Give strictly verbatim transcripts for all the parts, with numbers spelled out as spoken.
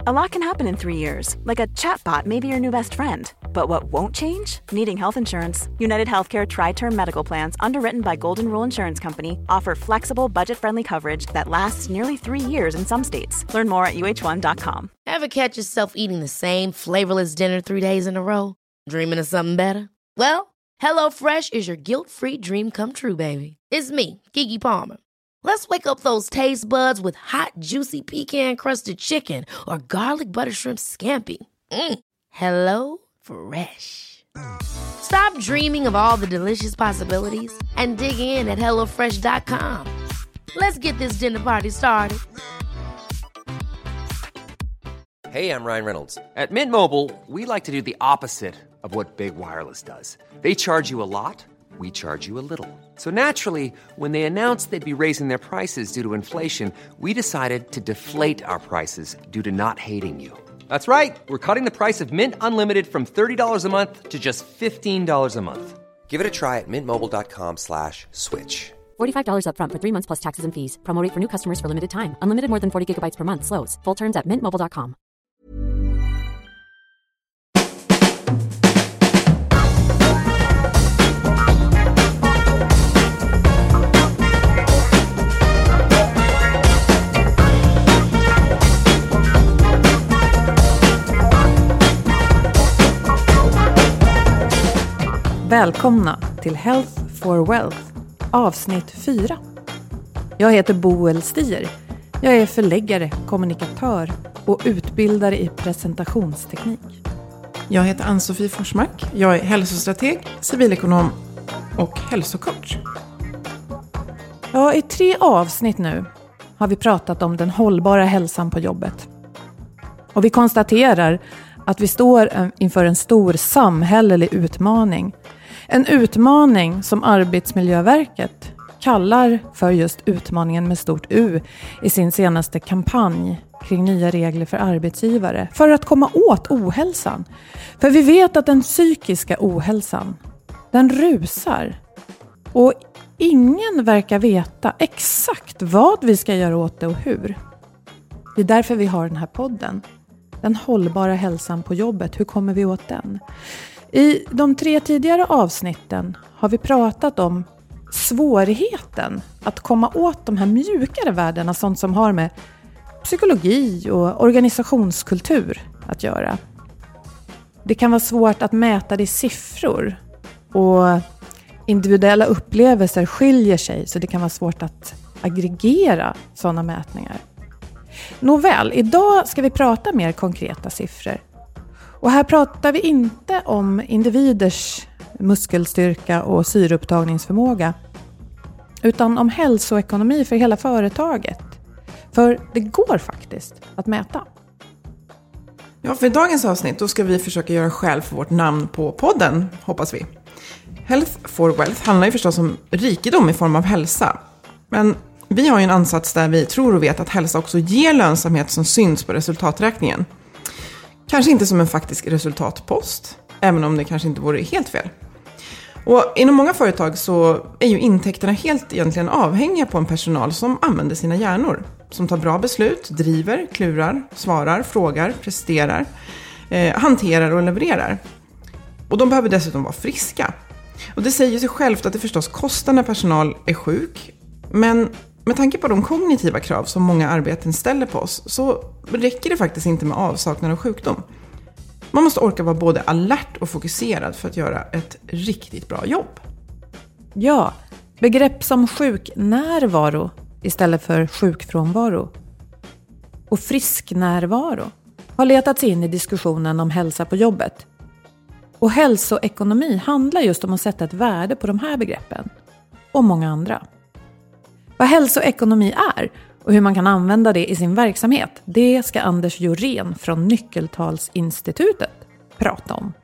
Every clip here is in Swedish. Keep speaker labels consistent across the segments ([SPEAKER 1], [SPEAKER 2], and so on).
[SPEAKER 1] A lot can happen in three years, like a chatbot may be your new best friend. But what won't change? Needing health insurance. United Healthcare Tri-Term Medical Plans, underwritten by Golden Rule Insurance Company, offer flexible, budget-friendly coverage that lasts nearly three years in some states. Learn more at U H one dot com.
[SPEAKER 2] Ever catch yourself eating the same flavorless dinner three days in a row? Dreaming of something better? Well, HelloFresh is your guilt-free dream come true, baby. It's me, Keke Palmer. Let's wake up those taste buds with hot, juicy pecan-crusted chicken or garlic butter shrimp scampi. Mm. Hello Fresh. Stop dreaming of all the delicious possibilities and dig in at hello fresh dot com. Let's get this dinner party started.
[SPEAKER 3] Hey, I'm Ryan Reynolds. At Mint Mobile, we like to do the opposite of what Big Wireless does. They charge you a lot, we charge you a little. So naturally, when they announced they'd be raising their prices due to inflation, we decided to deflate our prices due to not hating you. That's right. We're cutting the price of Mint Unlimited from thirty dollars a month to just fifteen dollars a month. Give it a try at mintmobile.com slash switch.
[SPEAKER 4] forty-five dollars up front for three months plus taxes and fees. Promo rate for new customers for limited time. Unlimited more than forty gigabytes per month. Slows full terms at mint mobile dot com.
[SPEAKER 5] Välkomna till Health for Wealth, avsnitt fyra. Jag heter Boel Stier. Jag är förläggare, kommunikatör och utbildare i presentationsteknik.
[SPEAKER 6] Jag heter Ann-Sofie Forsmark. Jag är hälsostrateg, civilekonom och hälsocoach.
[SPEAKER 5] Ja, i tre avsnitt nu har vi pratat om den hållbara hälsan på jobbet. Och vi konstaterar att vi står inför en stor samhällelig utmaning. En utmaning som Arbetsmiljöverket kallar för just utmaningen med stort U i sin senaste kampanj kring nya regler för arbetsgivare för att komma åt ohälsan. För vi vet att den psykiska ohälsan, den rusar. Och ingen verkar veta exakt vad vi ska göra åt det och hur. Det är därför vi har den här podden. Den hållbara hälsan på jobbet, hur kommer vi åt den? I de tre tidigare avsnitten har vi pratat om svårigheten att komma åt de här mjukare värdena, sånt som har med psykologi och organisationskultur att göra. Det kan vara svårt att mäta det i siffror och individuella upplevelser skiljer sig, så det kan vara svårt att aggregera sådana mätningar. Nåväl, idag ska vi prata mer konkreta siffror. Och här pratar vi inte om individers muskelstyrka och syreupptagningsförmåga, utan om hälsoekonomi för hela företaget. För det går faktiskt att mäta.
[SPEAKER 6] Ja, för dagens avsnitt då ska vi försöka göra skäl för vårt namn på podden, hoppas vi. Health for Wealth handlar ju förstås om rikedom i form av hälsa. Men vi har ju en ansats där vi tror och vet att hälsa också ger lönsamhet som syns på resultaträkningen. Kanske inte som en faktisk resultatpost, även om det kanske inte vore helt fel. Och inom många företag så är ju intäkterna helt egentligen avhängiga på en personal som använder sina hjärnor. Som tar bra beslut, driver, klurar, svarar, frågar, presterar, eh, hanterar och levererar. Och de behöver dessutom vara friska. Och det säger sig självt att det förstås kostar när personal är sjuk. Men med tanke på de kognitiva krav som många arbeten ställer på oss så räcker det faktiskt inte med avsaknad av sjukdom. Man måste orka vara både alert och fokuserad för att göra ett riktigt bra jobb.
[SPEAKER 5] Ja, begrepp som sjuknärvaro istället för sjukfrånvaro och frisknärvaro har letats in i diskussionen om hälsa på jobbet. Och hälsoekonomi handlar just om att sätta ett värde på de här begreppen och många andra. Vad hälsoekonomi är och hur man kan använda det i sin verksamhet, det ska Anders Jorén från Nyckeltalsinstitutet prata om.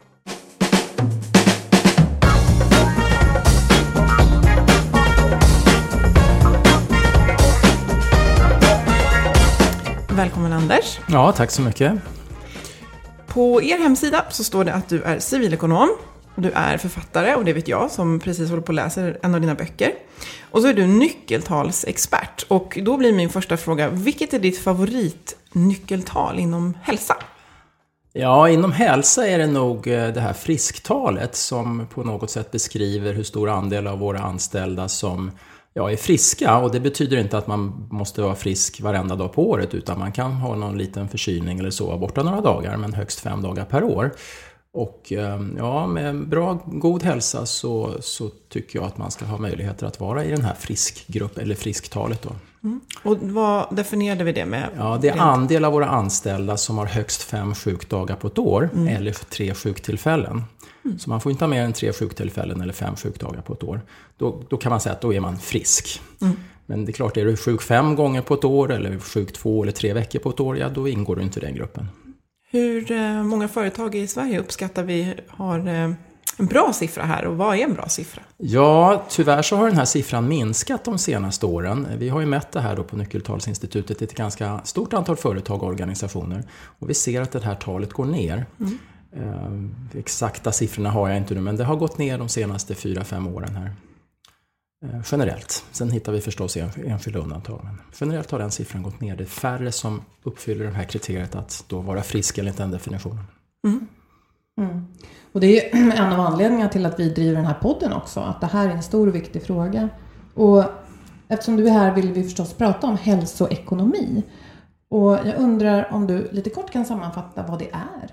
[SPEAKER 6] Välkommen Anders.
[SPEAKER 7] Ja, tack så mycket.
[SPEAKER 6] På er hemsida så står det att du är civilekonom. Du är författare, och det vet jag som precis håller på att läsa en av dina böcker. Och så är du nyckeltalsexpert. Och då blir min första fråga, vilket är ditt favoritnyckeltal inom hälsa?
[SPEAKER 7] Ja, inom hälsa är det nog det här frisktalet som på något sätt beskriver hur stor andel av våra anställda som ja, är friska. Och det betyder inte att man måste vara frisk varenda dag på året, utan man kan ha någon liten förkylning eller sova borta några dagar, men högst fem dagar per år. Och ja, med bra, god hälsa så, så tycker jag att man ska ha möjligheter att vara i den här friskgrupp eller frisktalet då.
[SPEAKER 6] Mm. Och vad definierade vi det med?
[SPEAKER 7] Ja, det är andel av våra anställda som har högst fem sjukdagar på ett år mm. eller tre sjuktillfällen. Mm. Så man får inte ha mer än tre sjuktillfällen eller fem sjukdagar på ett år. Då, då kan man säga att då är man frisk. Mm. Men det är klart, är du sjuk fem gånger på ett år eller sjuk två eller tre veckor på ett år, ja då ingår du inte i den gruppen.
[SPEAKER 6] Hur många företag i Sverige uppskattar vi har en bra siffra här, och vad är en bra siffra?
[SPEAKER 7] Ja, tyvärr så har den här siffran minskat de senaste åren. Vi har ju mätt det här då på Nyckeltalsinstitutet i ett ganska stort antal företag och organisationer, och vi ser att det här talet går ner. Mm. Eh, exakta siffrorna har jag inte nu, men det har gått ner de senaste fyra, fem åren här. Eh, generellt. Sen hittar vi förstås en, enskilda undantag. Men generellt har den siffran gått ner. Det är färre som uppfyller det här kriteriet att då vara frisk enligt den definitionen.
[SPEAKER 5] Mm. Mm. Och det är ju en av anledningarna till att vi driver den här podden också. Att det här är en stor och viktig fråga. Och eftersom du är här vill vi förstås prata om hälsoekonomi. Och jag undrar om du lite kort kan sammanfatta vad det är.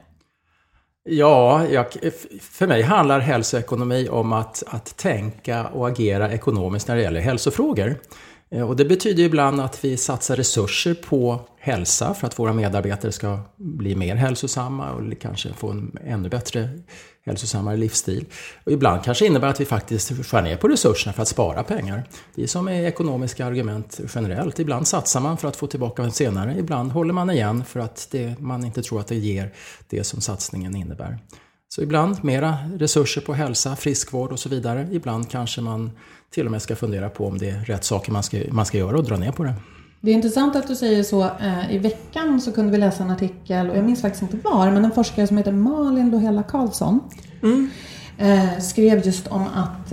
[SPEAKER 7] Ja, jag, för mig handlar hälsoekonomi om att, att tänka och agera ekonomiskt när det gäller hälsofrågor. Och det betyder ibland att vi satsar resurser på hälsa för att våra medarbetare ska bli mer hälsosamma och kanske få en ännu bättre hälsosammare livsstil. Och ibland kanske innebär att vi faktiskt skär ner på resurserna för att spara pengar. Det är som är ekonomiska argument generellt. Ibland satsar man för att få tillbaka det senare. Ibland håller man igen för att det, man inte tror att det ger det som satsningen innebär. Så ibland mera resurser på hälsa, friskvård och så vidare. Ibland kanske man till och med ska fundera på om det är rätt saker man ska, man ska göra och dra ner på det.
[SPEAKER 5] Det är intressant att du säger så. I veckan så kunde vi läsa en artikel, och jag minns faktiskt inte var, men en forskare som heter Malin Lohela Karlsson mm. skrev just om att,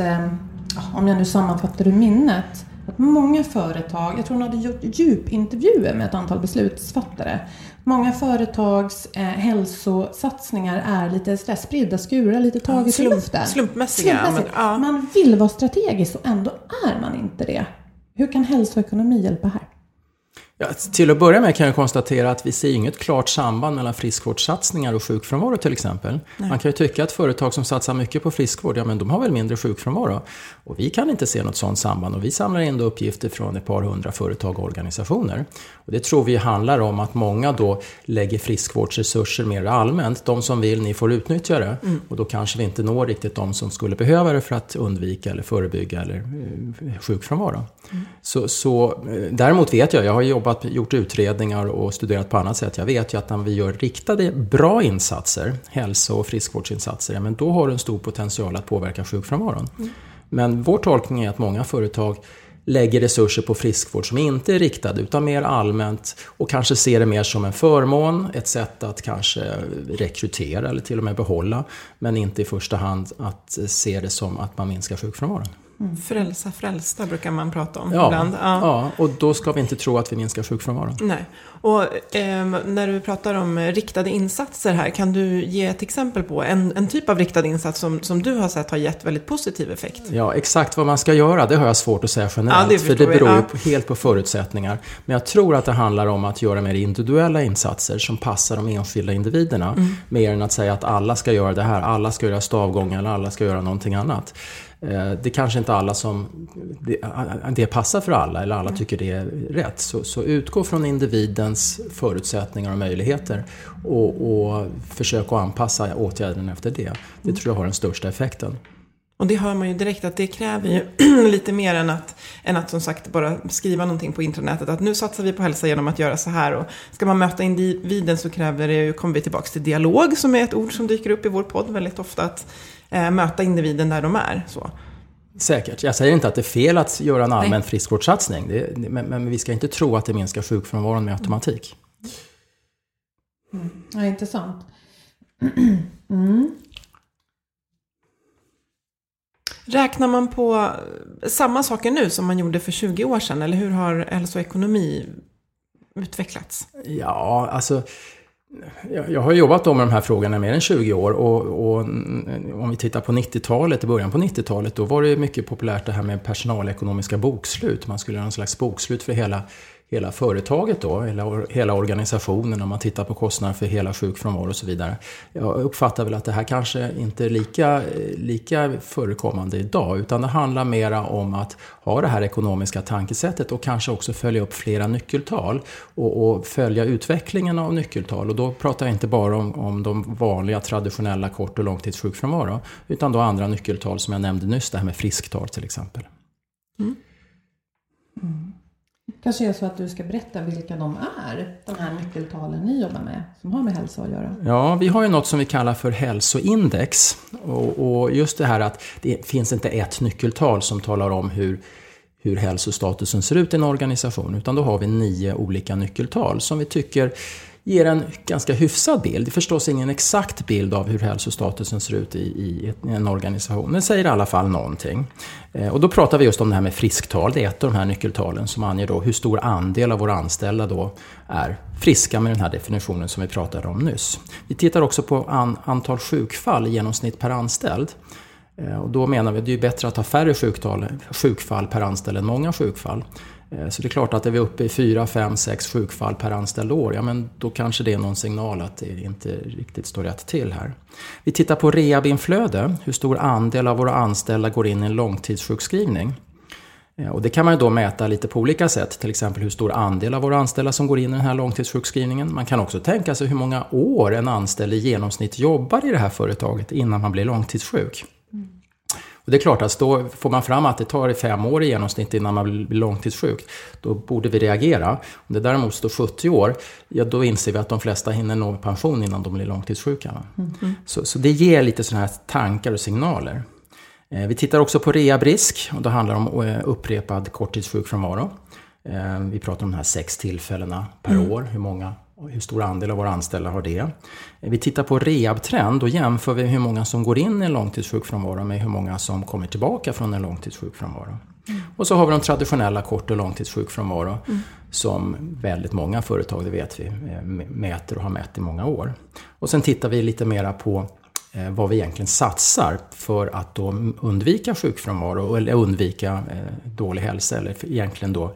[SPEAKER 5] om jag nu sammanfattar ur minnet, att många företag, jag tror hon hade gjort djupintervjuer med ett antal beslutsfattare. Många företags eh, hälsosatsningar är lite spridda skurar, lite taget ja, slump, i luften.
[SPEAKER 6] Slumpmässiga.
[SPEAKER 5] Slumpmässigt.
[SPEAKER 6] Men, ja.
[SPEAKER 5] Man vill vara strategisk och ändå är man inte det. Hur kan hälsoekonomi hjälpa här?
[SPEAKER 7] Ja, till att börja med kan jag konstatera att vi ser inget klart samband mellan friskvårdssatsningar och sjukfrånvaro till exempel. Nej. Man kan ju tycka att företag som satsar mycket på friskvård, ja men de har väl mindre sjukfrånvaro. Och vi kan inte se något sådant samband, och vi samlar in uppgifter från ett par hundra företag och organisationer. Och det tror vi handlar om att många då lägger friskvårdsresurser mer allmänt. De som vill, ni får utnyttja det. Mm. Och då kanske vi inte når riktigt de som skulle behöva det för att undvika eller förebygga eller eh, sjukfrånvaro. Mm. Så, så, däremot vet jag, jag har jobbat gjort utredningar och studerat på annat sätt. Jag vet ju att när vi gör riktade bra insatser, hälso- och friskvårdsinsatser, ja, men då har det en stor potential att påverka sjukfrånvaron. Mm. Men vår tolkning är att många företag lägger resurser på friskvård som inte är riktad utan mer allmänt, och kanske ser det mer som en förmån, ett sätt att kanske rekrytera eller till och med behålla, men inte i första hand att se det som att man minskar sjukfrånvaron.
[SPEAKER 6] Mm. Frälsa, frälsta brukar man prata om
[SPEAKER 7] ja,
[SPEAKER 6] ibland. Ja.
[SPEAKER 7] ja, och då ska vi inte tro att vi minskar sjukfrånvaron.
[SPEAKER 6] Nej. Och eh, när du pratar om riktade insatser här, kan du ge ett exempel på en, en typ av riktad insats som, som du har sett har gett väldigt positiv effekt?
[SPEAKER 7] Ja, exakt vad man ska göra, det har jag svårt att säga generellt, ja, det för det beror ju ja. helt på förutsättningar. Men jag tror att det handlar om att göra mer individuella insatser som passar de enskilda individerna, mm. mer än att säga att alla ska göra det här, alla ska göra stavgångar eller alla ska göra någonting annat. Det kanske inte alla som det, det passar för alla eller alla tycker det är rätt. Så, så utgå från individens förutsättningar och möjligheter och, och försök att anpassa åtgärden efter det. Det tror jag har den största effekten.
[SPEAKER 6] Och det hör man ju direkt att det kräver ju lite mer än att, än att som sagt bara skriva någonting på internetet. Att nu satsar vi på hälsa genom att göra så här. Och ska man möta individen så kräver det ju, kommer vi tillbaka till dialog som är ett ord som dyker upp i vår podd väldigt ofta. Att eh, möta individen där de är. Så.
[SPEAKER 7] Säkert. Jag säger inte att det är fel att göra en allmän friskvårdssatsning. Det, men, men vi ska inte tro att det minskar sjukfrånvaron med automatik.
[SPEAKER 5] Mm. Ja, intressant. Mm.
[SPEAKER 6] Räknar man på samma saker nu som man gjorde för tjugo år sedan? Eller hur har hälsoekonomi utvecklats?
[SPEAKER 7] Ja, alltså jag har jobbat med de här frågorna mer än tjugo år och, och om vi tittar på nittiotalet, i början på nittiotalet, då var det mycket populärt det här med personalekonomiska bokslut. Man skulle göra en slags bokslut för hela hela företaget då, eller hela organisationen, om man tittar på kostnader för hela sjukfrånvaro och så vidare. Jag uppfattar väl att det här kanske inte är lika, lika förekommande idag, utan det handlar mera om att ha det här ekonomiska tankesättet och kanske också följa upp flera nyckeltal och, och följa utvecklingen av nyckeltal. Och då pratar jag inte bara om, om de vanliga traditionella kort- och långtidssjukfrånvaro, utan då andra nyckeltal som jag nämnde nyss, det här med frisktal till exempel.
[SPEAKER 5] Mm. Mm. Kanske är så att du ska berätta vilka de är, de här nyckeltalen ni jobbar med, som har med hälsa att göra.
[SPEAKER 7] Ja, vi har ju något som vi kallar för hälsoindex. Och, och just det här att det finns inte ett nyckeltal som talar om hur, hur hälsostatusen ser ut i en organisation, utan då har vi nio olika nyckeltal som vi tycker ger en ganska hyfsad bild. Det är förstås ingen exakt bild av hur hälsostatusen ser ut i, i en organisation. Det säger i alla fall någonting. Eh, och då pratar vi just om det här med frisktal. Det är ett av de här nyckeltalen som anger då hur stor andel av våra anställda då är friska med den här definitionen som vi pratade om nyss. Vi tittar också på an, antal sjukfall i genomsnitt per anställd. Eh, och då menar vi att det är bättre att ha färre sjuktal, sjukfall per anställd än många sjukfall. Så det är klart att är vi uppe i fyra, fem, sex sjukfall per anställd år, ja men då kanske det är någon signal att det inte riktigt står rätt till här. Vi tittar på rehabinflöde, hur stor andel av våra anställda går in i en långtidssjukskrivning. Och det kan man ju då mäta lite på olika sätt, till exempel hur stor andel av våra anställda som går in i den här långtidssjukskrivningen. Man kan också tänka sig hur många år en anställd i genomsnitt jobbar i det här företaget innan man blir långtidssjuk. Och det är klart att då får man fram att det tar fem år i genomsnitt innan man blir långtidssjuk. Då borde vi reagera. Om det däremot står sjuttio år, ja då inser vi att de flesta hinner nå pension innan de blir långtidssjuka. Mm. Så, så det ger lite sådana här tankar och signaler. Eh, vi tittar också på rehabrisk och det handlar om eh, upprepad korttidssjukfrånvaro. Eh, vi pratar om de här sex tillfällena per mm. år, hur många hur stor andel av våra anställda har det. Vi tittar på rehabtrend och jämför vi hur många som går in i en långtidssjukfrånvaro med hur många som kommer tillbaka från en långtidssjukfrånvaro. Mm. Och så har vi de traditionella kort- och långtidssjukfrånvaro mm. som väldigt många företag, det vet vi, mäter och har mätt i många år. Och sen tittar vi lite mera på eh, vad vi egentligen satsar för att då undvika sjukfrånvaro eller undvika eh, dålig hälsa eller egentligen då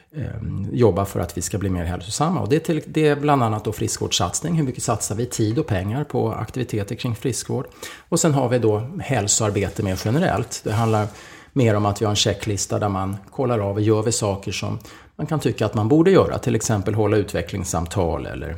[SPEAKER 7] jobba för att vi ska bli mer hälsosamma. Och det är, till, det är bland annat då friskvårdssatsning. Hur mycket satsar vi tid och pengar på aktiviteter kring friskvård? Och sen har vi då hälsoarbete mer generellt. Det handlar mer om att vi har en checklista där man kollar av och gör vi saker som man kan tycka att man borde göra. Till exempel hålla utvecklingssamtal eller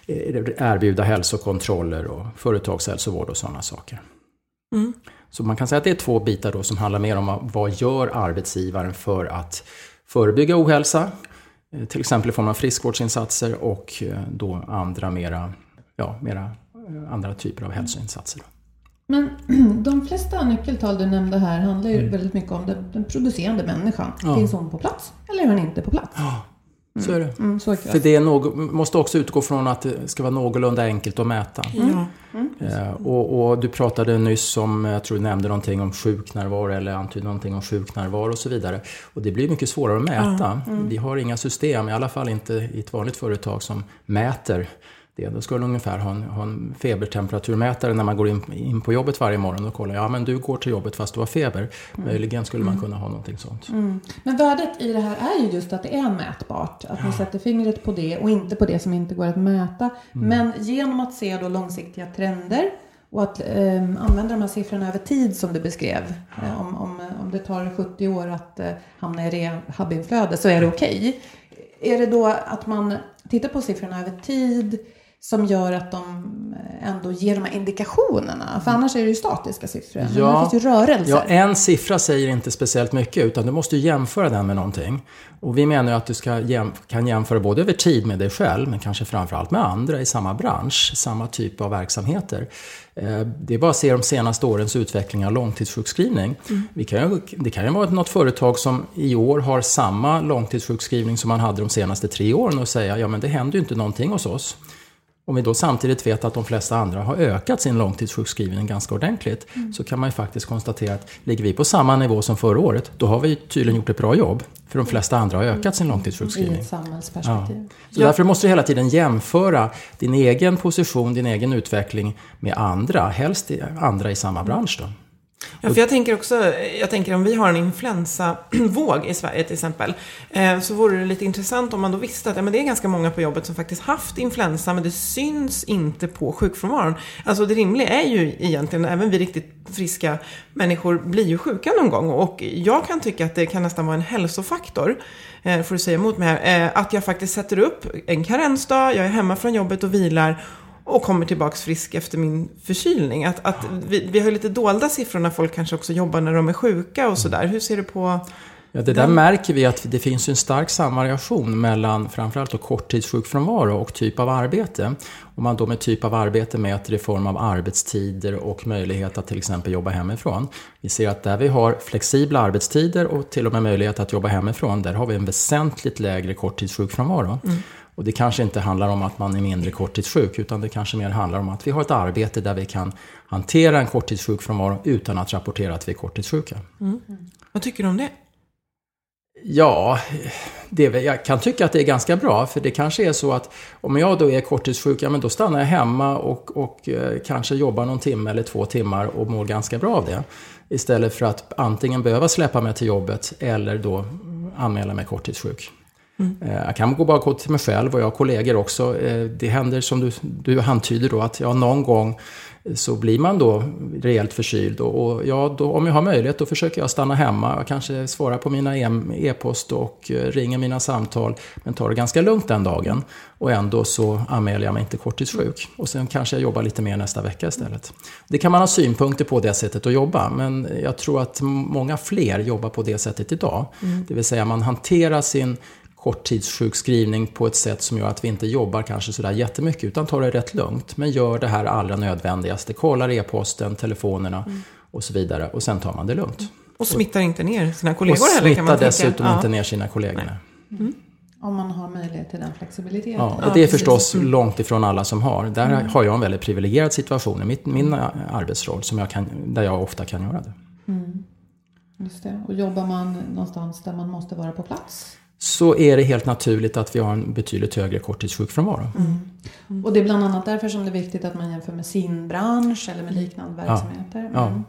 [SPEAKER 7] erbjuda hälsokontroller och företagshälsovård och sådana saker. Mm. Så man kan säga att det är två bitar då som handlar mer om vad gör arbetsgivaren för att förebygga ohälsa, till exempel i form av friskvårdsinsatser och då andra mera, ja, mera andra typer av hälsoinsatser.
[SPEAKER 5] Men de flesta nyckeltal du nämnde här handlar ju mm. väldigt mycket om den, den producerande människan. Ja. Finns hon på plats eller är hon inte på plats? Ja,
[SPEAKER 7] så är det.
[SPEAKER 5] Mm, så är det.
[SPEAKER 7] För det är något, måste också utgå från att det ska vara någorlunda enkelt att mäta.
[SPEAKER 5] Mm. Mm.
[SPEAKER 7] Eh, och, och du pratade nyss om, jag tror du nämnde någonting om sjuknärvaro eller antydde någonting om sjuknärvaro och så vidare. Och det blir mycket svårare att mäta. Mm. Vi har inga system, i alla fall inte i ett vanligt företag som mäter det. Då ska du ungefär ha en, ha en febertemperaturmätare när man går in, in på jobbet varje morgon och kollar, ja men du går till jobbet fast du har feber. Mm. Möjligen skulle man kunna ha någonting sånt.
[SPEAKER 5] Mm. Men värdet i det här är ju just att det är mätbart. Att ja. Ni sätter fingret på det och inte på det som inte går att mäta. Mm. Men genom att se då långsiktiga trender och att eh, använda de här siffrorna över tid som du beskrev. Ja. Eh, om, om, om det tar sjuttio år att eh, hamna i rehabinflöde så är det okej. Okay. Är det då att man tittar på siffrorna över tid som gör att de ändå ger de här indikationerna? För annars är det ju statiska siffror. Men
[SPEAKER 7] ja,
[SPEAKER 5] det finns ju rörelser.
[SPEAKER 7] Ja, en siffra säger inte speciellt mycket utan du måste jämföra den med någonting. Och vi menar att du ska jäm- kan jämföra både över tid med dig själv men kanske framförallt med andra i samma bransch, samma typ av verksamheter. Det är bara att se de senaste årens utveckling av långtidssjukskrivning. Mm. Vi kan, det kan ju vara något företag som i år har samma långtidssjukskrivning som man hade de senaste tre åren och säga ja men det händer ju inte någonting hos oss. Om vi då samtidigt vet att de flesta andra har ökat sin långtidssjukskrivning ganska ordentligt mm. så kan man ju faktiskt konstatera att ligger vi på samma nivå som förra året, då har vi tydligen gjort ett bra jobb. För de flesta andra har ökat sin långtidssjukskrivning.
[SPEAKER 5] I ett samhällsperspektiv.
[SPEAKER 7] Ja. Så ja. Därför måste du hela tiden jämföra din egen position, din egen utveckling med andra, helst andra i samma bransch då.
[SPEAKER 6] Ja, för jag tänker också, jag tänker om vi har en influensavåg i Sverige till exempel, eh, så vore det lite intressant om man då visste att ja, men det är ganska många på jobbet som faktiskt haft influensa, men det syns inte på sjukfrånvaron. Alltså det rimliga är ju egentligen, även vi riktigt friska människor blir ju sjuka någon gång, och jag kan tycka att det kan nästan vara en hälsofaktor, eh, får du säga emot mig här, eh, att jag faktiskt sätter upp en karensdag, jag är hemma från jobbet och vilar, och kommer tillbaks frisk efter min förkylning. Att, att vi, vi har lite dolda siffror när folk kanske också jobbar när de är sjuka och sådär. Hur ser du på...
[SPEAKER 7] Ja, det där den... märker vi att det finns en stark samvariation mellan framförallt då korttidssjukfrånvaro och typ av arbete. Om man då med typ av arbete mäter i form av arbetstider och möjlighet att till exempel jobba hemifrån. Vi ser att där vi har flexibla arbetstider och till och med möjlighet att jobba hemifrån, där har vi en väsentligt lägre korttidssjukfrånvaro. Mm. Och det kanske inte handlar om att man är mindre korttidssjuk, utan det kanske mer handlar om att vi har ett arbete där vi kan hantera en korttidssjukfrånvaro utan att rapportera att vi är korttidssjuka.
[SPEAKER 6] Mm. Vad tycker du om det?
[SPEAKER 7] Ja, det, jag kan tycka att det är ganska bra, för det kanske är så att om jag då är korttidssjuk, ja, men då stannar jag hemma och, och eh, kanske jobbar någon timme eller två timmar och mår ganska bra av det. Istället för att antingen behöva släppa mig till jobbet eller då anmäla mig korttidssjuk. Mm. Jag kan gå bara gå till mig själv och jag har kollegor också. Det händer som du, du antyder då att ja, någon gång så blir man då rejält förkyld. Och ja, då, om jag har möjlighet då försöker jag stanna hemma. Jag kanske svarar på mina e-post och ringer mina samtal. Men tar det ganska lugnt den dagen. Och ändå så anmäler jag mig inte korttidssjuk. Och sen kanske jag jobbar lite mer nästa vecka istället. Det kan man ha synpunkter på det sättet att jobba. Men jag tror att många fler jobbar på det sättet idag. Mm. Det vill säga man hanterar sin korttidssjukskrivning på ett sätt som gör att vi inte jobbar kanske sådär jättemycket, utan tar det rätt lugnt, men gör det här allra nödvändigaste, kollar e-posten, telefonerna mm. och så vidare, och sen tar man det lugnt.
[SPEAKER 6] Och smittar inte ner sina kollegor
[SPEAKER 7] och
[SPEAKER 6] heller, kan man tänka.
[SPEAKER 7] Och smittar dessutom inte ner sina kollegor.
[SPEAKER 5] Mm. Om man har möjlighet till den flexibiliteten.
[SPEAKER 7] Ja, och det är förstås mm. långt ifrån alla som har. Där mm. har jag en väldigt privilegierad situation i mitt, min arbetsroll, som jag kan, där jag ofta kan göra det.
[SPEAKER 5] Mm. Just det. Och jobbar man någonstans där man måste vara på plats,
[SPEAKER 7] så är det helt naturligt att vi har en betydligt högre korttidssjukfrånvaro.
[SPEAKER 5] Mm. Mm. Och det är bland annat därför som det är viktigt att man jämför med sin bransch eller med liknande verksamheter.
[SPEAKER 7] Ja.
[SPEAKER 5] Mm.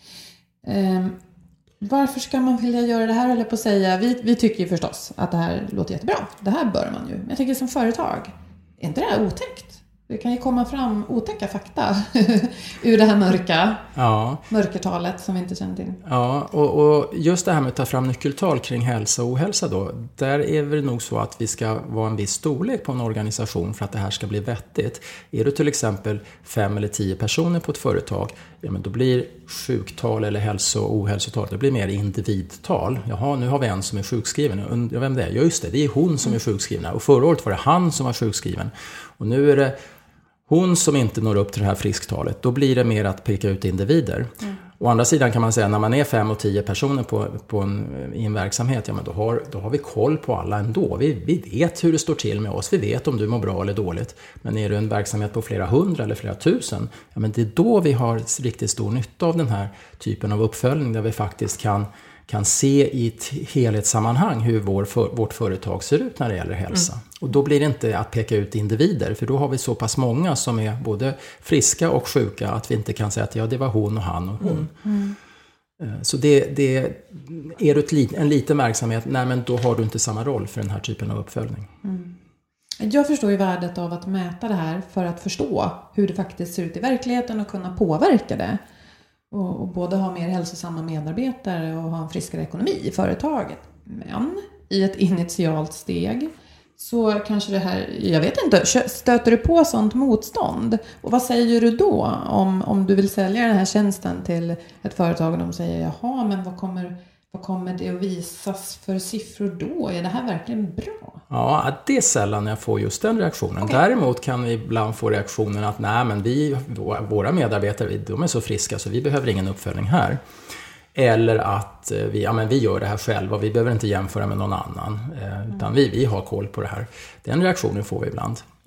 [SPEAKER 5] Ja. Ehm, varför ska man vilja göra det här, eller på att säga? Vi, vi tycker ju förstås att det här låter jättebra. Det här bör man ju. Men jag tycker som företag, är inte det här otäckt? Det kan ju komma fram otäcka fakta ur det här mörka,
[SPEAKER 7] ja.
[SPEAKER 5] mörkertalet som vi inte känner till.
[SPEAKER 7] Ja, och, och just det här med att ta fram nyckeltal kring hälsa och ohälsa då, där är det nog så att vi ska vara en viss storlek på en organisation för att det här ska bli vettigt. Är du till exempel fem eller tio personer på ett företag, ja, men då blir sjuktal eller hälso- och ohälsotal, det blir mer individtal. Jaha, nu har vi en som är sjukskriven. Undrar vem det är? Ja, just det, det är hon som är sjukskriven. Och förra året var det han som var sjukskriven. Och nu är det hon som inte når upp till det här frisktalet. Då blir det mer att peka ut individer. Mm. Å andra sidan kan man säga, när man är fem och tio personer på, på en, i en verksamhet, ja, men då, har, då har vi koll på alla ändå. Vi, vi vet hur det står till med oss. Vi vet om du mår bra eller dåligt. Men är det en verksamhet på flera hundra eller flera tusen, ja, men det är då vi har riktigt stor nytta av den här typen av uppföljning, där vi faktiskt kan kan se i ett helhetssammanhang hur vår för, vårt företag ser ut när det gäller hälsa. Mm. Och då blir det inte att peka ut individer, för då har vi så pass många som är både friska och sjuka att vi inte kan säga att ja, det var hon och han och hon. Mm. Mm. Så det, det är du ett, en liten verksamhet, nej, men då har du inte samma roll för den här typen av uppföljning.
[SPEAKER 5] Mm. Jag förstår ju värdet av att mäta det här för att förstå hur det faktiskt ser ut i verkligheten och kunna påverka det. Och, och både ha mer hälsosamma medarbetare och ha en friskare ekonomi i företaget. Men i ett initialt steg så kanske det här, jag vet inte, stöter du på sånt motstånd? Och vad säger du då om, om du vill sälja den här tjänsten till ett företag och de säger, jaha, men vad kommer, vad kommer det att visas för siffror då? Är det här verkligen bra?
[SPEAKER 7] Ja, det är sällan jag får just den reaktionen. Okay. Däremot kan vi ibland få reaktionen att nej, men vi, våra medarbetare, de är så friska så vi behöver ingen uppföljning här. Eller att vi, ja, men vi gör det här själva och vi behöver inte jämföra med någon annan. Mm. Utan vi, vi har koll på det här. Den reaktionen får vi ibland.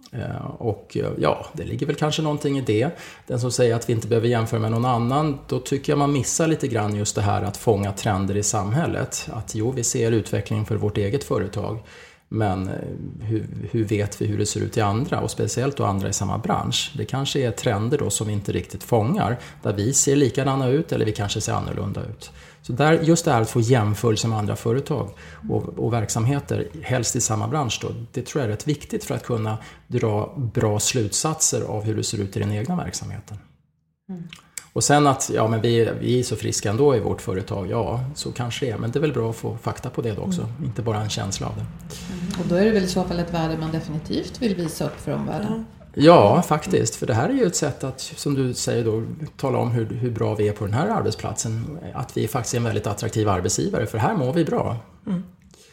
[SPEAKER 7] Och ja, det ligger väl kanske någonting i det. Den som säger att vi inte behöver jämföra med någon annan, då tycker jag man missar lite grann just det här att fånga trender i samhället. Att jo, vi ser utvecklingen för vårt eget företag, men hur, hur vet vi hur det ser ut i andra, och speciellt då andra i samma bransch. Det kanske är trender då som vi inte riktigt fångar, där vi ser likadana ut eller vi kanske ser annorlunda ut. Så där, just det här att få jämförelse med andra företag och, och verksamheter, helst i samma bransch då, det tror jag är rätt viktigt för att kunna dra bra slutsatser av hur det ser ut i den egna verksamheten. Mm. Och sen att ja, men vi, vi är så friska ändå i vårt företag, ja så kanske det är, men det är väl bra att få fakta på det då också, mm. inte bara en känsla av det.
[SPEAKER 5] Mm. Och då är det väl i så fall ett värde man definitivt vill visa upp för omvärlden. Mm.
[SPEAKER 7] Ja, faktiskt. För det här är ju ett sätt att, som du säger då, tala om hur, hur bra vi är på den här arbetsplatsen. Att vi faktiskt är en väldigt attraktiv arbetsgivare, för här mår vi bra. Mm.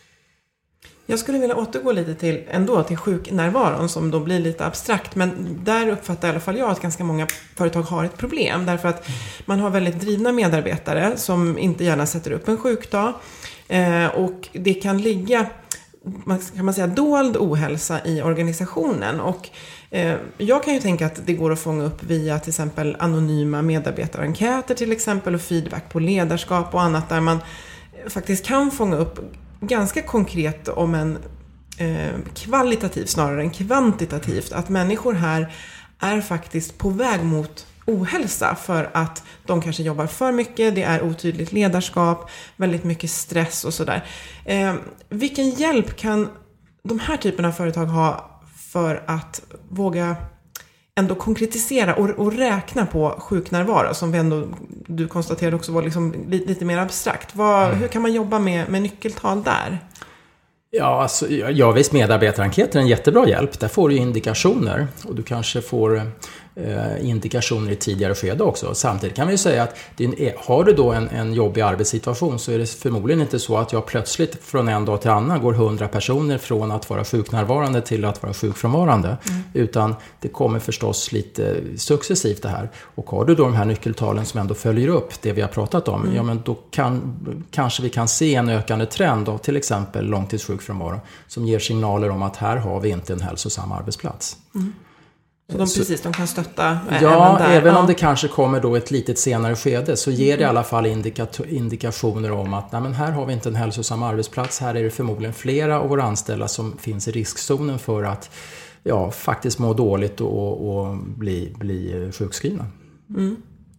[SPEAKER 6] Jag skulle vilja återgå lite till, ändå till sjuknärvaron som då blir lite abstrakt. Men där uppfattar i alla fall jag att ganska många företag har ett problem. Därför att man har väldigt drivna medarbetare som inte gärna sätter upp en sjukdag. Eh, och det kan ligga, kan man säga, dold ohälsa i organisationen. Och eh, jag kan ju tänka att det går att fånga upp via till exempel anonyma medarbetarenkäter till exempel, och feedback på ledarskap och annat, där man faktiskt kan fånga upp ganska konkret om en eh, kvalitativ snarare än kvantitativt, att människor här är faktiskt på väg mot ohälsa för att de kanske jobbar för mycket, det är otydligt ledarskap, väldigt mycket stress och sådär. Eh, vilken hjälp kan de här typerna av företag ha för att våga ändå konkretisera och, och räkna på sjuknärvaro, som vi ändå, du konstaterade också var liksom lite, lite mer abstrakt. Vad, mm. Hur kan man jobba med, med nyckeltal där?
[SPEAKER 7] Ja, alltså, ja, visst, medarbetarenkäter är en jättebra hjälp. Där får du indikationer, och du kanske får eh, indikationer i tidigare skede också. Samtidigt kan vi ju säga att din, har du då en, en jobbig arbetssituation, så är det förmodligen inte så att jag plötsligt från en dag till annan går hundra personer från att vara sjuknärvarande till att vara sjukfrånvarande. Mm. Utan det kommer förstås lite successivt det här. Och har du då de här nyckeltalen som ändå följer upp det vi har pratat om, mm. ja, men då kan, kanske vi kan se en ökande trend av till exempel långtidssjukfrånvaro som ger signaler om att här har vi inte en hälsosam arbetsplats. Mm.
[SPEAKER 6] Så de, precis, de kan stötta
[SPEAKER 7] ja,
[SPEAKER 6] även där.
[SPEAKER 7] Även
[SPEAKER 6] ja.
[SPEAKER 7] om det kanske kommer då ett litet senare skede, så ger det i alla fall indikator, indikationer om att nej, men här har vi inte en hälsosam arbetsplats. Här är det förmodligen flera av våra anställda som finns i riskzonen för att ja, faktiskt må dåligt och, och bli, bli sjukskrivna. Mm.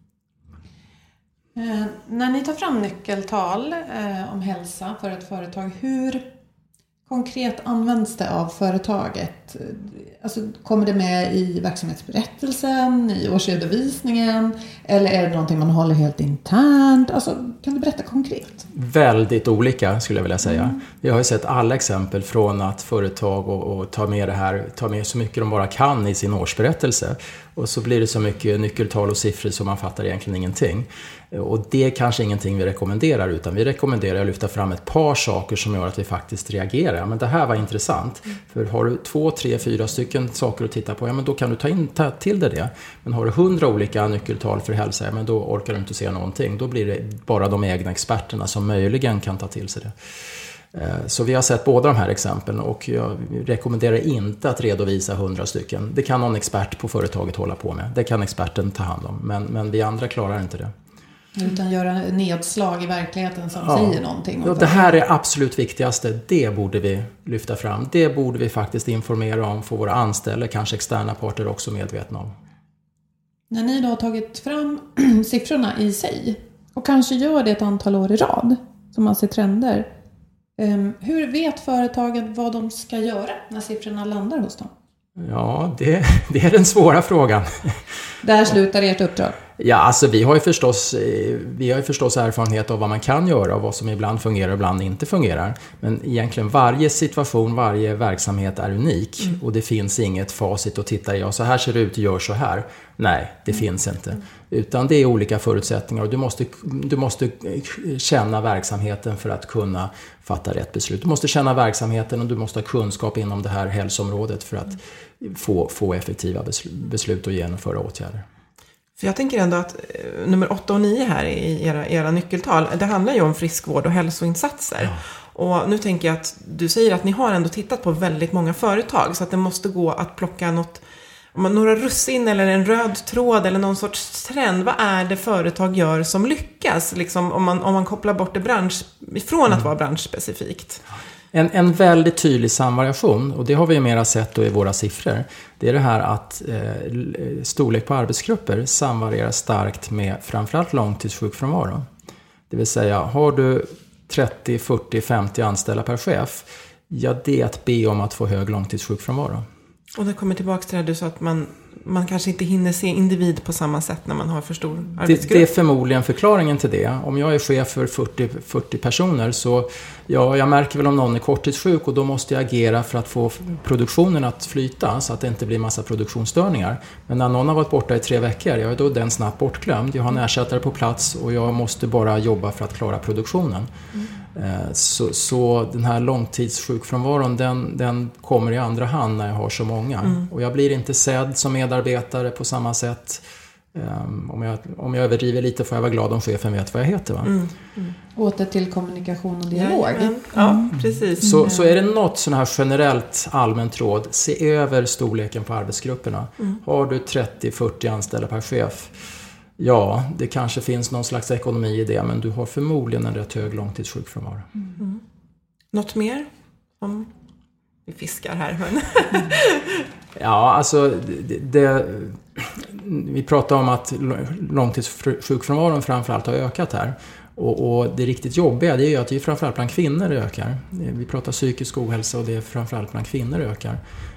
[SPEAKER 5] Eh, när ni tar fram nyckeltal eh, om hälsa för ett företag, hur konkret används det av företaget? Alltså, kommer det med i verksamhetsberättelsen, i årsredovisningen, eller är det någonting man håller helt internt? Alltså, kan du berätta konkret?
[SPEAKER 7] Väldigt olika skulle jag vilja säga.
[SPEAKER 5] Mm.
[SPEAKER 7] Vi har ju sett alla exempel från att företag och, och tar med det här, tar med så mycket de bara kan i sin årsberättelse. Och så blir det så mycket nyckeltal och siffror som man fattar egentligen ingenting. Och det är kanske ingenting vi rekommenderar, utan vi rekommenderar att lyfta fram ett par saker som gör att vi faktiskt reagerar. Men det här var intressant. Mm. För har du två, tre, fyra stycken saker att titta på, ja men då kan du ta, in, ta till det det. Men har du hundra olika nyckeltal för hälsa, ja men då orkar du inte se någonting. Då blir det bara de egna experterna som möjligen kan ta till sig det. Så vi har sett båda de här exemplen, och jag rekommenderar inte att redovisa hundra stycken. Det kan någon expert på företaget hålla på med. Det kan experten ta hand om. Men, men vi andra klarar inte det.
[SPEAKER 5] Utan göra nedslag i verkligheten som
[SPEAKER 7] ja.
[SPEAKER 5] säger någonting.
[SPEAKER 7] Ja, det här är absolut viktigaste. Det borde vi lyfta fram. Det borde vi faktiskt informera om för våra anställda, kanske externa parter också medvetna om.
[SPEAKER 5] När ni då har tagit fram siffrorna i sig och kanske gör det ett antal år i rad, som man ser trender, hur vet företagen vad de ska göra när siffrorna landar hos dem?
[SPEAKER 7] Ja, det, det är den svåra frågan.
[SPEAKER 5] Där slutar ert uppdrag.
[SPEAKER 7] Ja, alltså vi har ju förstås, vi har ju förstås erfarenhet av vad man kan göra och vad som ibland fungerar och ibland inte fungerar. Men egentligen varje situation, varje verksamhet är unik. Mm. Och det finns inget facit att titta i. Ja, så här ser det ut, gör så här. Nej, det mm. finns inte. Utan det är olika förutsättningar, och du måste, du måste känna verksamheten för att kunna fatta rätt beslut. Du måste känna verksamheten och du måste ha kunskap inom det här hälsoområdet för att få, få effektiva beslut och genomföra åtgärder.
[SPEAKER 6] För jag tänker ändå att nummer åtta och nio här i era, era nyckeltal, det handlar ju om friskvård och hälsoinsatser. Ja. Och nu tänker jag att du säger att ni har ändå tittat på väldigt många företag, så att det måste gå att plocka något, några russin eller en röd tråd eller någon sorts trend. Vad är det företag gör som lyckas? Liksom, om, man, om man kopplar bort det bransch, ifrån mm. att vara branschspecifikt.
[SPEAKER 7] En, en väldigt tydlig samvariation, och det har vi ju mera sett då i våra siffror, det är det här att eh, storlek på arbetsgrupper samvarierar starkt med framförallt långtidssjukfrånvaro. Det vill säga, har du trettio, fyrtio, femtio anställda per chef, ja, det är att be om att få hög långtidssjukfrånvaro.
[SPEAKER 6] Och det kommer tillbaka till det du sa, att man, man kanske inte hinner se individ på samma sätt när man har för stor arbetsgrupp.
[SPEAKER 7] Det, det är förmodligen förklaringen till det. Om jag är chef för fyrtio, fyrtio personer, så ja, jag märker väl om någon är korttidssjuk, och då måste jag agera för att få produktionen att flyta så att det inte blir massa produktionsstörningar. Men när någon har varit borta i tre veckor, ja, då är den snabbt bortglömd. Jag har en ersättare på plats och jag måste bara jobba för att klara produktionen. Mm. Så, så den här långtidssjukfrånvaron, den, den kommer i andra hand när jag har så många. Mm. Och jag blir inte sedd som medarbetare på samma sätt. Um, om, jag, om jag överdriver lite får jag vara glad om chefen vet vad jag heter. Va? Mm.
[SPEAKER 5] Mm. Åter till kommunikation och dialog. Ja,
[SPEAKER 6] mm. ja precis.
[SPEAKER 7] Så, så är det något sån här generellt allmänt råd, se över storleken på arbetsgrupperna. Mm. Har du trettio, fyrtio anställda per chef, ja, det kanske finns någon slags ekonomi i det, men du har förmodligen en rätt hög långtidssjukfrånvaro.
[SPEAKER 6] Mm. Mm. Något mer? Om vi fiskar här. Men
[SPEAKER 7] ja, alltså det, det, vi pratar om att långtidssjukfrånvaron framförallt har ökat här. Och, och det riktigt jobbiga, det är ju att det är framförallt bland kvinnor det ökar. Vi pratar psykisk ohälsa, och det är framförallt bland kvinnor det ökar.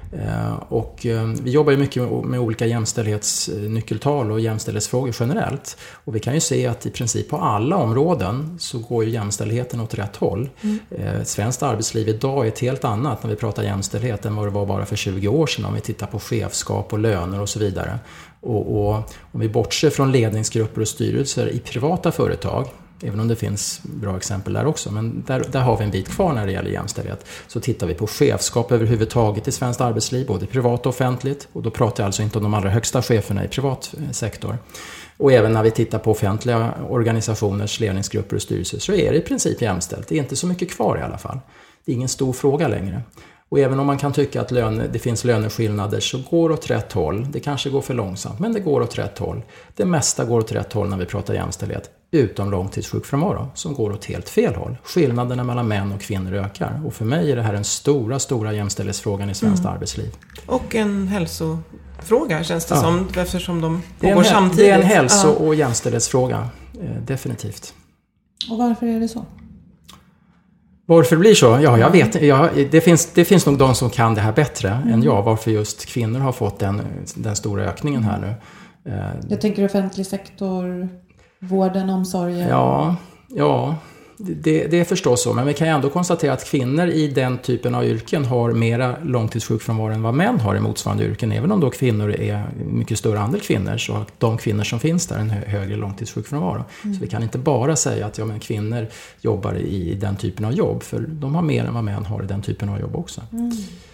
[SPEAKER 7] Och vi jobbar ju mycket med olika jämställdhetsnyckeltal och jämställdhetsfrågor generellt. Och vi kan ju se att i princip på alla områden så går ju jämställdheten åt rätt håll. Mm. Svenskt arbetsliv idag är ett helt annat när vi pratar jämställdhet än vad det var bara för tjugo år sedan, om vi tittar på chefskap och löner och så vidare. Och, och om vi bortser från ledningsgrupper och styrelser i privata företag, även om det finns bra exempel där också, men där, där har vi en bit kvar när det gäller jämställdhet. Så tittar vi på chefskap överhuvudtaget i svenskt arbetsliv, både privat och offentligt, och då pratar jag alltså inte om de allra högsta cheferna i privat sektor. Och även när vi tittar på offentliga organisationers ledningsgrupper och styrelser, så är det i princip jämställt. Det är inte så mycket kvar i alla fall. Det är ingen stor fråga längre. Och även om man kan tycka att löne, det finns löneskillnader, så går det åt rätt håll. Det kanske går för långsamt, men det går åt rätt håll. Det mesta går åt rätt håll när vi pratar jämställdhet, utom långtidssjukfrånvaro som går åt helt fel håll. Skillnaderna mellan män och kvinnor ökar. Och för mig är det här den stora, stora jämställdhetsfrågan i svenskt mm. arbetsliv.
[SPEAKER 6] Och en hälsofråga känns det ja. som, eftersom de
[SPEAKER 7] pågår
[SPEAKER 6] det samtidigt.
[SPEAKER 7] Det är en hälso- och jämställdhetsfråga, eh, definitivt.
[SPEAKER 5] Och varför är det så?
[SPEAKER 7] Varför det blir så? Ja, jag vet. Ja, det, finns, det finns nog de som kan det här bättre mm. än jag. Varför just kvinnor har fått den, den stora ökningen här nu.
[SPEAKER 5] Jag tänker offentlig sektor, vården, omsorgen.
[SPEAKER 7] Ja, ja det, det är förstås så. Men vi kan ju ändå konstatera att kvinnor i den typen av yrken har mera långtidssjukfrånvaro än vad män har i motsvarande yrken. Även om då kvinnor är mycket större andel kvinnor, så har de kvinnor som finns där en högre långtidssjukfrånvaro. Mm. Så vi kan inte bara säga att ja, men kvinnor jobbar i, i den typen av jobb. För de har mer än vad män har i den typen av jobb också.
[SPEAKER 5] Mm.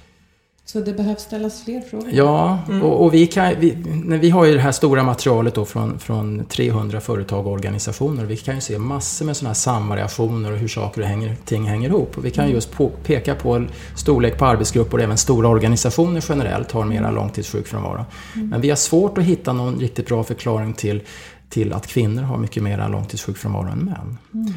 [SPEAKER 5] Så det behövs ställas fler frågor?
[SPEAKER 7] Ja, mm. och, och vi, kan, vi, när vi har ju det här stora materialet då från, från trehundra företag och organisationer. Vi kan ju se massor med sådana här samvariationer och hur saker och hänger, ting hänger ihop. Och vi kan mm. just på, peka på storlek på arbetsgrupper och även stora organisationer generellt har mera långtidssjukfrånvaro. Mm. Men vi har svårt att hitta någon riktigt bra förklaring till, till att kvinnor har mycket mera långtidssjukfrånvaro än män. Mm.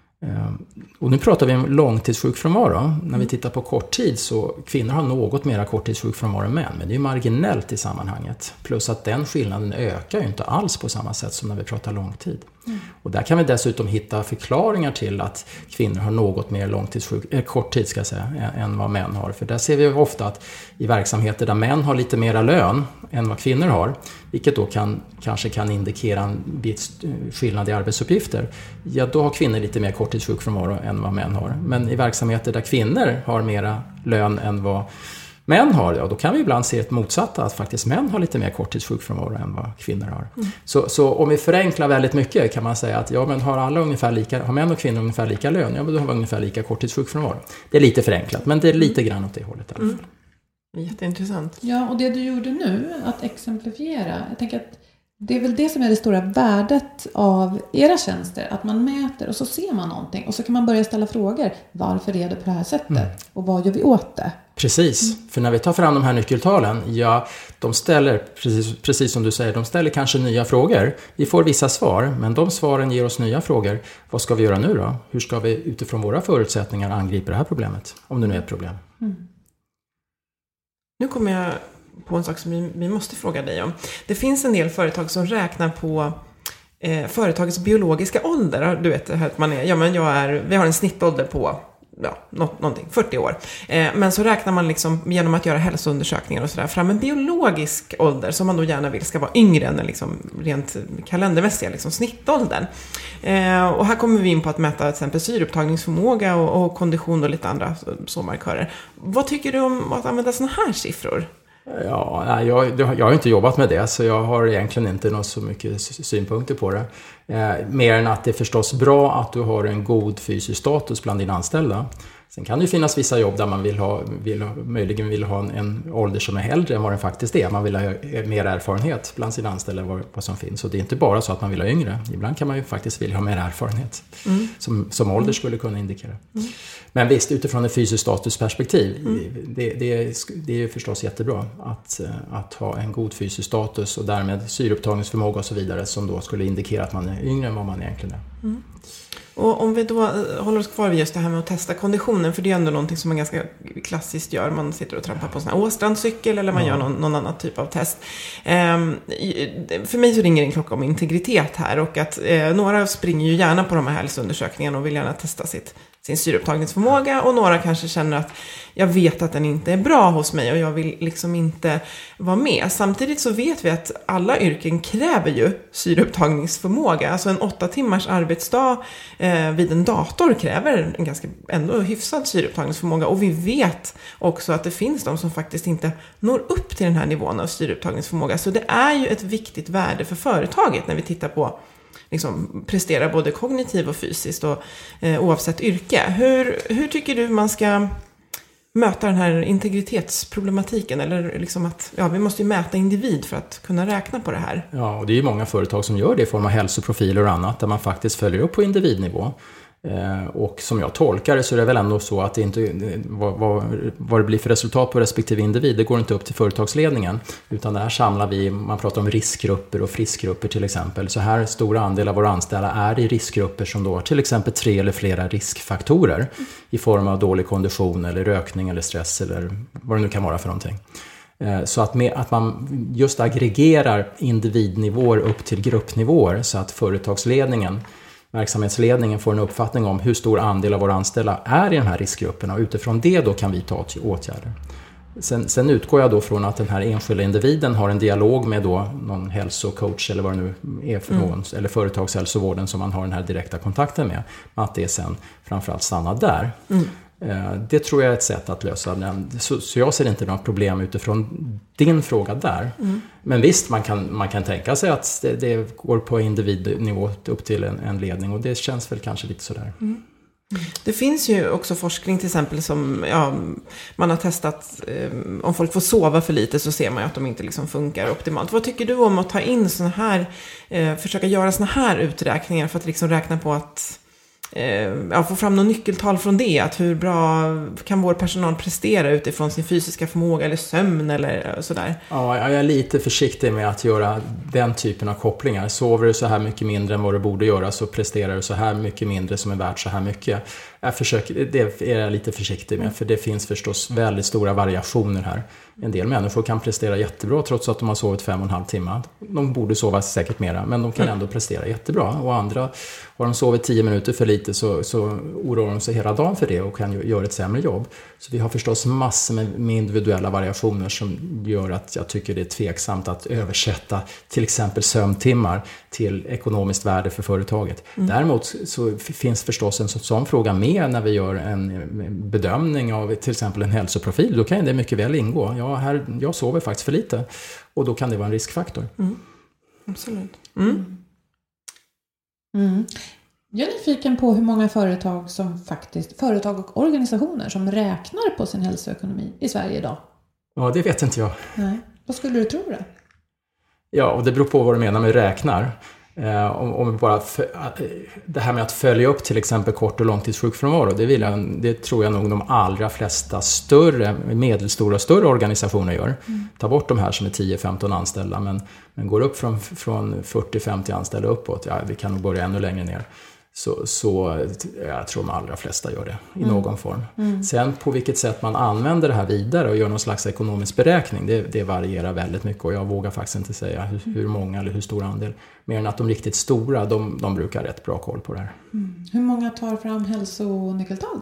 [SPEAKER 7] Och nu pratar vi om långtidssjukfrånvaro. Mm. När vi tittar på kort tid, så kvinnor har något mera korttidssjukfrånvaro än män. Men det är marginellt i sammanhanget. Plus att den skillnaden ökar ju inte alls på samma sätt som när vi pratar långtid. Mm. Och där kan vi dessutom hitta förklaringar till att kvinnor har något mer långtidssjuk, äh, kort tid ska jag säga, än vad män har. För där ser vi ofta att i verksamheter där män har lite mera lön än vad kvinnor har, vilket då kan, kanske kan indikera en bit skillnad i arbetsuppgifter, ja då har kvinnor lite mer korttidssjukfrånvaro än vad män har. Men i verksamheter där kvinnor har mera lön än vad män har, ja, då kan vi ibland se ett motsatta, att faktiskt män har lite mer korttidssjukfrånvaro än vad kvinnor har. Mm. Så, så om vi förenklar väldigt mycket kan man säga att ja, men har alla ungefär lika, har män och kvinnor ungefär lika lön, ja, men då har vi ungefär lika korttidssjukfrånvaro. Det är lite förenklat, men det är lite grann åt det hållet i alla fall.
[SPEAKER 6] Mm. Jätteintressant.
[SPEAKER 5] Ja, och det du gjorde nu, att exemplifiera, jag tänker att Det är väl det som är det stora värdet av era tjänster. Att man mäter och så ser man någonting. Och så kan man börja ställa frågor. Varför är det på det här sättet? Mm. Och vad gör vi åt det?
[SPEAKER 7] Precis, mm. för när vi tar fram de här nyckeltalen, ja, de ställer, precis, precis som du säger, de ställer kanske nya frågor. Vi får vissa svar, men de svaren ger oss nya frågor. Vad ska vi göra nu då? Hur ska vi utifrån våra förutsättningar angripa det här problemet? Om det nu är ett problem. Mm.
[SPEAKER 6] Nu kommer jag på en sak som vi, vi måste fråga dig om. Det finns en del företag som räknar på eh, företagets biologiska ålder. Du vet, att man är, ja, men jag är, vi har en snittålder på ja, något, någonting, fyrtio år. Eh, men så räknar man liksom genom att göra hälsoundersökningar och sådär fram en biologisk ålder som man då gärna vill ska vara yngre än den liksom rent kalendermässiga liksom snittåldern. Eh, och här kommer vi in på att mäta till exempel syreupptagningsförmåga och, och kondition och lite andra så, så markörer. Vad tycker du om att använda såna här siffror?
[SPEAKER 7] Ja, jag, jag har inte jobbat med det, så jag har egentligen inte något så mycket synpunkter på det. Eh, mer än att det är förstås bra att du har en god fysisk status bland dina anställda. Sen kan det ju finnas vissa jobb där man vill ha, vill ha, möjligen vill ha en, en ålder som är äldre än vad den faktiskt är. Man vill ha mer erfarenhet bland sina anställda än vad, vad som finns. Och det är inte bara så att man vill ha yngre. Ibland kan man ju faktiskt vilja ha mer erfarenhet. Mm. Som, som ålder skulle kunna indikera. Mm. Men visst, utifrån ett fysiskt statusperspektiv. Mm. Det, det, är, det är ju förstås jättebra att, att ha en god fysisk status. Och därmed syreupptagningsförmåga och så vidare. Som då skulle indikera att man är yngre än vad man egentligen är. Mm.
[SPEAKER 6] Och om vi då håller oss kvar vid just det här med att testa konditionen, för det är ändå någonting som man ganska klassiskt gör. Man sitter och trampar på en sån här Åstrandcykel eller man ja. gör någon, någon annan typ av test. Um, för mig så ringer en klocka om integritet här, och att uh, några springer ju gärna på de här hälsoundersökningarna och vill gärna testa sitt, sin syreupptagningsförmåga, och några kanske känner att jag vet att den inte är bra hos mig och jag vill liksom inte vara med. Samtidigt så vet vi att alla yrken kräver ju syreupptagningsförmåga. Alltså en åtta timmars arbetsdag eh, vid en dator kräver en ganska ändå hyfsad syreupptagningsförmåga. Och vi vet också att det finns de som faktiskt inte når upp till den här nivån av syreupptagningsförmåga. Så det är ju ett viktigt värde för företaget när vi tittar på liksom prestera både kognitivt och fysiskt och eh, oavsett yrke. Hur, hur tycker du man ska möta den här integritetsproblematiken? Eller liksom att ja, vi måste ju mäta individ för att kunna räkna på det här.
[SPEAKER 7] Ja, och det är ju många företag som gör det i form av hälsoprofiler och annat där man faktiskt följer upp på individnivå. Eh, och som jag tolkar det så är det väl ändå så att det inte, vad, vad, vad det blir för resultat på respektive individ, det går inte upp till företagsledningen, utan där samlar vi, man pratar om riskgrupper och friskgrupper till exempel. Så här stora andel av våra anställda är i riskgrupper som då har till exempel tre eller flera riskfaktorer i form av dålig kondition eller rökning eller stress eller vad det nu kan vara för någonting. Så att, med, att man just aggregerar individnivåer upp till gruppnivåer så att företagsledningen, verksamhetsledningen får en uppfattning om hur stor andel av våra anställda är i de här riskgrupperna, och utifrån det då kan vi ta åtgärder. Sen, sen utgår jag då från att den här enskilda individen har en dialog med då någon hälsocoach eller vad det nu är för någon, mm. eller företagshälsovården som man har den här direkta kontakten med, att det sen framförallt stannar där. Mm. Det tror jag är ett sätt att lösa den. Så, så jag ser inte något problem utifrån din fråga där. Mm. Men visst, man kan, man kan tänka sig att det, det går på individnivå upp till en, en ledning, och det känns väl kanske lite sådär. Mm.
[SPEAKER 6] Mm. Det finns ju också forskning till exempel som ja, man har testat eh, om folk får sova för lite så ser man ju att de inte liksom funkar optimalt. Vad tycker du om att ta in såna här, eh, försöka göra såna här uträkningar för att liksom räkna på att ja, få fram någon nyckeltal från det, att hur bra kan vår personal prestera utifrån sin fysiska förmåga eller sömn eller sådär?
[SPEAKER 7] Ja, jag är lite försiktig med att göra den typen av kopplingar. Sover du så här mycket mindre än vad du borde göra så presterar du så här mycket mindre som är värt så här mycket. Jag försöker, det är jag lite försiktig med, för det finns förstås väldigt stora variationer här. En del människor kan prestera jättebra trots att de har sovit fem och en halv timme. De borde sova säkert mera, men de kan ändå prestera jättebra. Och andra, har de sovit tio minuter för lite så, så oroar de sig hela dagen för det och kan göra ett sämre jobb. Så vi har förstås massor med, med individuella variationer som gör att jag tycker det är tveksamt att översätta till exempel sömntimmar till ekonomiskt värde för företaget. Mm. Däremot så finns förstås en sån fråga med när vi gör en bedömning av till exempel en hälsoprofil. Då kan det mycket väl ingå. Ja, här, jag sover faktiskt för lite, och då kan det vara en riskfaktor.
[SPEAKER 6] Mm. Absolut. Mm.
[SPEAKER 5] Mm. Jag är nyfiken på hur många företag som faktiskt, företag och organisationer som räknar på sin hälsoekonomi i Sverige idag.
[SPEAKER 7] Ja, det vet inte jag.
[SPEAKER 5] Nej. Vad skulle du tro då?
[SPEAKER 7] Ja, och det beror på vad du menar med räknar. Eh, om, om bara för, det här med att följa upp till exempel kort- och långtidssjukfrånvaro, det, vill jag, det tror jag nog de allra flesta större, medelstora och större organisationer gör. Mm. Ta bort de här som är tio femton anställda, men, men går upp från, från fyrtio femtio anställda uppåt, ja, vi kan nog börja ännu längre ner. Så, så jag tror de allra flesta gör det i mm. någon form. Mm. Sen på vilket sätt man använder det här vidare och gör någon slags ekonomisk beräkning, det, det varierar väldigt mycket, och jag vågar faktiskt inte säga hur, hur många eller hur stor andel. Mer än att de riktigt stora, de, de brukar ha rätt bra koll på det här.
[SPEAKER 5] Mm. Hur många tar fram hälsonyckeltal?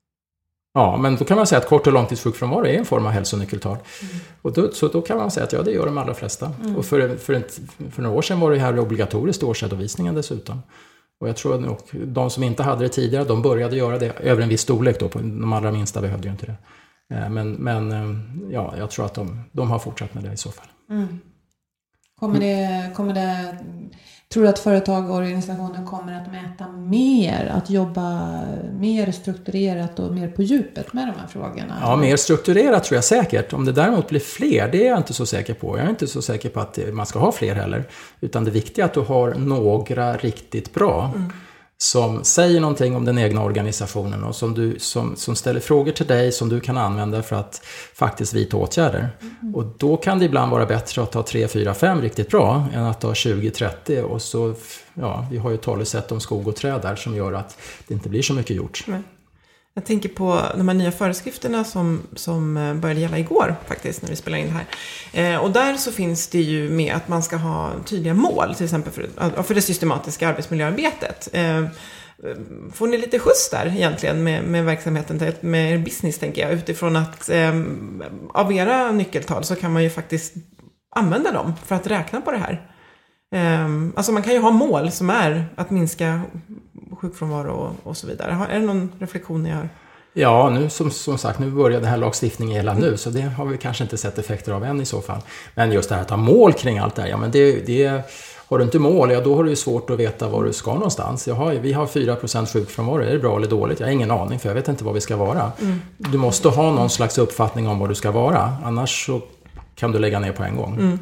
[SPEAKER 7] Ja, men då kan man säga att kort- och långtidssjukfrånvaro är en form av hälsonyckeltal. Mm. Och då, så då kan man säga att ja, det gör de allra flesta. Mm. Och för, för, ett, för några år sedan var det här obligatoriskt årsredovisningen dessutom. Och jag tror att de som inte hade det tidigare, de började göra det över en viss storlek då. De allra minsta behövde ju inte det. Men, men ja, jag tror att de, de har fortsatt med det i så fall.
[SPEAKER 5] Mm. Kommer det, kommer det, tror du att företag och organisationer kommer att mäta mer, att jobba mer strukturerat och mer på djupet med de här frågorna?
[SPEAKER 7] Ja, mer strukturerat tror jag säkert. Om det däremot blir fler, det är jag inte så säker på. Jag är inte så säker på att man ska ha fler heller. Utan det viktiga är att du har några riktigt bra. Mm. Som säger någonting om den egna organisationen och som, du, som, som ställer frågor till dig som du kan använda för att faktiskt vidta åtgärder. Mm. Och då kan det ibland vara bättre att ta tre, fyra, fem riktigt bra än att ta tjugo, trettio. Och så, ja, vi har ju talesätt om skog och träd där som gör att det inte blir så mycket gjort.
[SPEAKER 6] Nej. Jag tänker på de här nya föreskrifterna som, som började gälla igår faktiskt när vi spelar in det här. Eh, och där så finns det ju med att man ska ha tydliga mål, till exempel för, för det systematiska arbetsmiljöarbetet. Eh, får ni lite skjuts där egentligen med, med verksamheten, med er business tänker jag, utifrån att eh, av era nyckeltal så kan man ju faktiskt använda dem för att räkna på det här. Eh, alltså man kan ju ha mål som är att minska sjukfrånvaro och, och så vidare. Är det någon reflektion ni har?
[SPEAKER 7] Ja, nu som, som sagt, nu börjar den här lagstiftningen gälla nu, så det har vi kanske inte sett effekter av än i så fall. Men just det här att ha mål kring allt det här, ja men det, det har du inte mål, ja då har du ju svårt att veta var du ska någonstans. Jag har, vi har fyra procent sjukfrånvaro, är det bra eller dåligt? Jag har ingen aning, för jag vet inte vad vi ska vara. Mm. Du måste ha någon slags uppfattning om vad du ska vara, annars så kan du lägga ner på en gång.
[SPEAKER 6] Mm.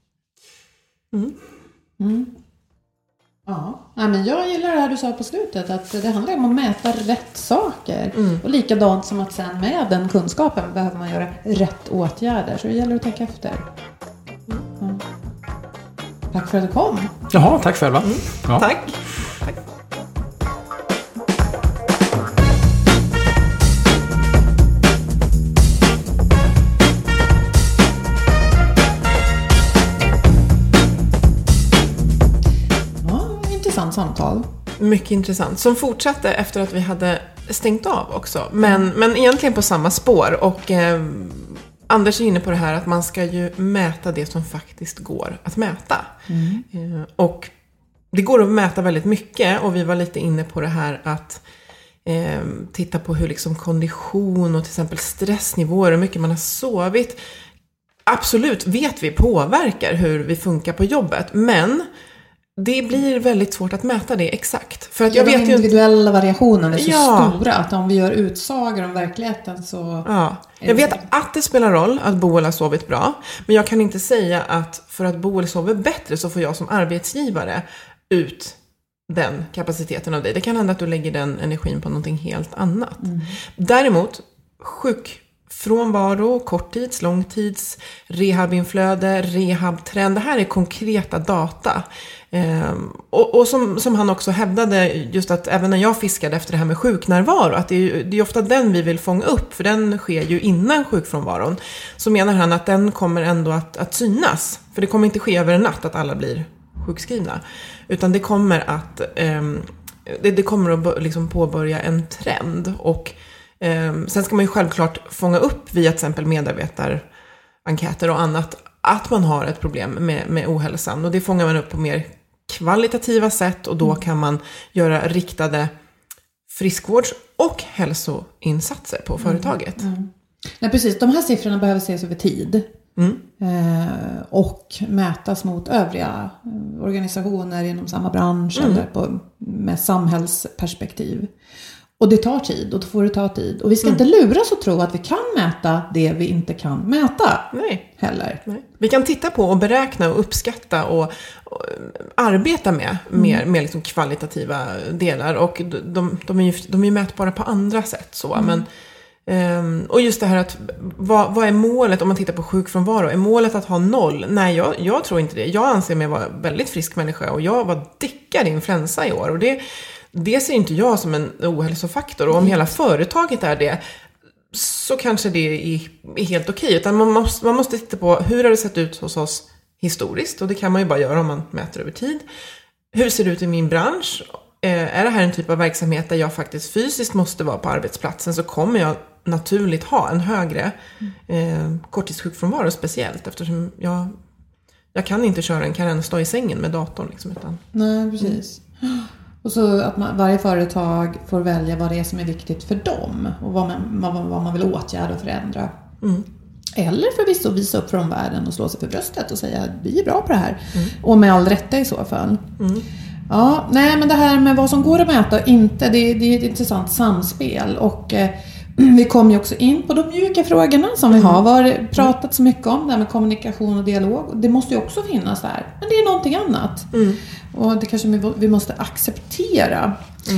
[SPEAKER 5] Mm. Mm. Ja, men jag gillar det här du sa på slutet, att det handlar om att mäta rätt saker. Mm. Och likadant som att sen med den kunskapen behöver man göra rätt åtgärder. Så det gäller att tänka efter. Mm. Tack för att du kom.
[SPEAKER 7] Jaha, tack själva.
[SPEAKER 6] Mm. Ja. Tack. Tack.
[SPEAKER 5] Samtal.
[SPEAKER 6] Mycket intressant. Som fortsatte efter att vi hade stängt av också. Men, men egentligen på samma spår. Och eh, Anders är inne på det här att man ska ju mäta det som faktiskt går att mäta. Mm. Eh, och det går att mäta väldigt mycket. Och vi var lite inne på det här att eh, titta på hur liksom kondition och till exempel stressnivåer och hur mycket man har sovit. Absolut vet vi påverkar hur vi funkar på jobbet. Men det blir väldigt svårt att mäta det exakt. För att
[SPEAKER 5] ja,
[SPEAKER 6] jag vet
[SPEAKER 5] de individuella
[SPEAKER 6] ju...
[SPEAKER 5] variationerna är så
[SPEAKER 6] ja.
[SPEAKER 5] stora att om vi gör utsagor om verkligheten så...
[SPEAKER 6] Ja. Jag vet att det spelar roll att bo eller sovit bra. Men jag kan inte säga att för att bo eller sova bättre så får jag som arbetsgivare ut den kapaciteten av dig. Det kan hända att du lägger den energin på någonting helt annat. Mm. Däremot, sjuk... frånvaro, korttids, långtids, rehabinflöde, rehabtrend. Det här är konkreta data. Ehm, och och som, som han också hävdade, just att även när jag fiskade efter det här med sjuknärvaro, att det är, det är ofta den vi vill fånga upp, för den sker ju innan sjukfrånvaron. Så menar han att den kommer ändå att, att synas. För det kommer inte ske över en natt att alla blir sjukskrivna. Utan det kommer att, ehm, det, det kommer att liksom påbörja en trend. Och Um, sen ska man ju självklart fånga upp via till exempel medarbetarenkäter och annat att man har ett problem med, med ohälsan. Och det fångar man upp på mer kvalitativa sätt, och då mm. kan man göra riktade friskvårds- och hälsoinsatser på företaget.
[SPEAKER 5] Mm. Mm. Nej, precis. De här siffrorna behöver ses över tid. Mm. Eh, och mätas mot övriga organisationer inom samma bransch mm. eller på, med samhällsperspektiv. Och det tar tid och då får det ta tid. Och vi ska mm. inte luras och tro att vi kan mäta det vi inte kan mäta.
[SPEAKER 6] Nej.
[SPEAKER 5] Heller.
[SPEAKER 6] Nej. Vi kan titta på och beräkna och uppskatta och, och arbeta med mm. mer, mer liksom kvalitativa delar. Och de, de, de, är ju, de är ju mätbara på andra sätt. Så. Mm. Men, um, och just det här att vad, vad är målet om man tittar på sjukfrånvaro? Är målet att ha noll? Nej, jag, jag tror inte det. Jag anser mig vara väldigt frisk människa och jag var dickad i influensa i år. Och det Det ser inte jag som en ohälsofaktor. Och om hela företaget är det, så kanske det är, är helt okej. Utan man måste, man måste titta på hur har det sett ut hos oss historiskt. Och det kan man ju bara göra om man mäter över tid. Hur ser det ut i min bransch? Eh, är det här en typ av verksamhet där jag faktiskt fysiskt måste vara på arbetsplatsen, så kommer jag naturligt ha en högre eh, korttidssjukfrånvaro speciellt. Eftersom jag, jag kan inte köra en karensdag i sängen med datorn. Liksom, utan,
[SPEAKER 5] Nej, precis. Mm. Och så att man, varje företag får välja vad det är som är viktigt för dem. Och vad man, vad, vad man vill åtgärda och förändra. Mm. Eller förvisso visa upp från världen och slå sig för bröstet och säga att vi är bra på det här. Mm. Och med all rätta i så fall. Mm. Ja, nej men det här med vad som går att mäta och inte, det, det är ett intressant samspel. Och eh, vi kom ju också in på de mjuka frågorna som vi har varit, pratat så mycket om. Det här med kommunikation och dialog. Det måste ju också finnas där. Men det är någonting annat. Mm. Och det kanske vi måste acceptera.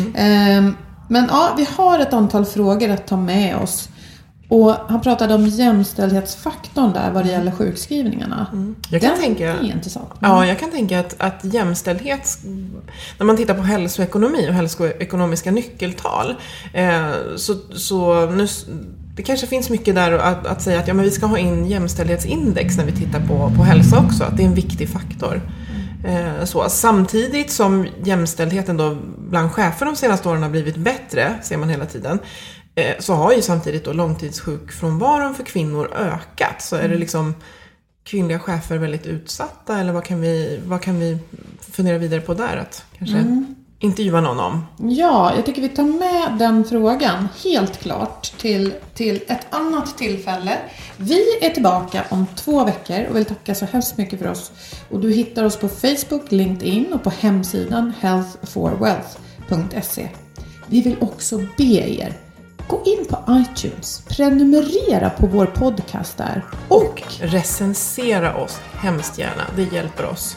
[SPEAKER 5] Mm. Men ja, vi har ett antal frågor att ta med oss. Och han pratade om jämställdhetsfaktorn där vad det gäller sjukskrivningarna. Mm.
[SPEAKER 6] Jag kan tänka,
[SPEAKER 5] är intressant.
[SPEAKER 6] Ja, jag kan tänka att, att jämställdhet, när man tittar på hälsoekonomi och hälsoekonomiska nyckeltal, eh, så, så nu, det kanske finns mycket där att, att säga att ja, men vi ska ha in jämställdhetsindex när vi tittar på, på hälsa också. Att det är en viktig faktor. Mm. Så, samtidigt som jämställdheten då bland chefer de senaste åren har blivit bättre, ser man hela tiden, så har ju samtidigt då långtidssjukfrånvaron för kvinnor ökat. Så är det liksom kvinnliga chefer väldigt utsatta, eller vad kan vi, vad kan vi fundera vidare på där? Att kanske mm. intervjua någon om.
[SPEAKER 5] Ja, jag tycker vi tar med den frågan helt klart till, till ett annat tillfälle. Vi är tillbaka om två veckor och vill tacka så hemskt mycket för oss. Och du hittar oss på Facebook, LinkedIn och på hemsidan health for wealth punkt se. Vi vill också be er, gå in på iTunes, prenumerera på vår podcast där
[SPEAKER 6] och recensera oss hemskt gärna. Det hjälper oss.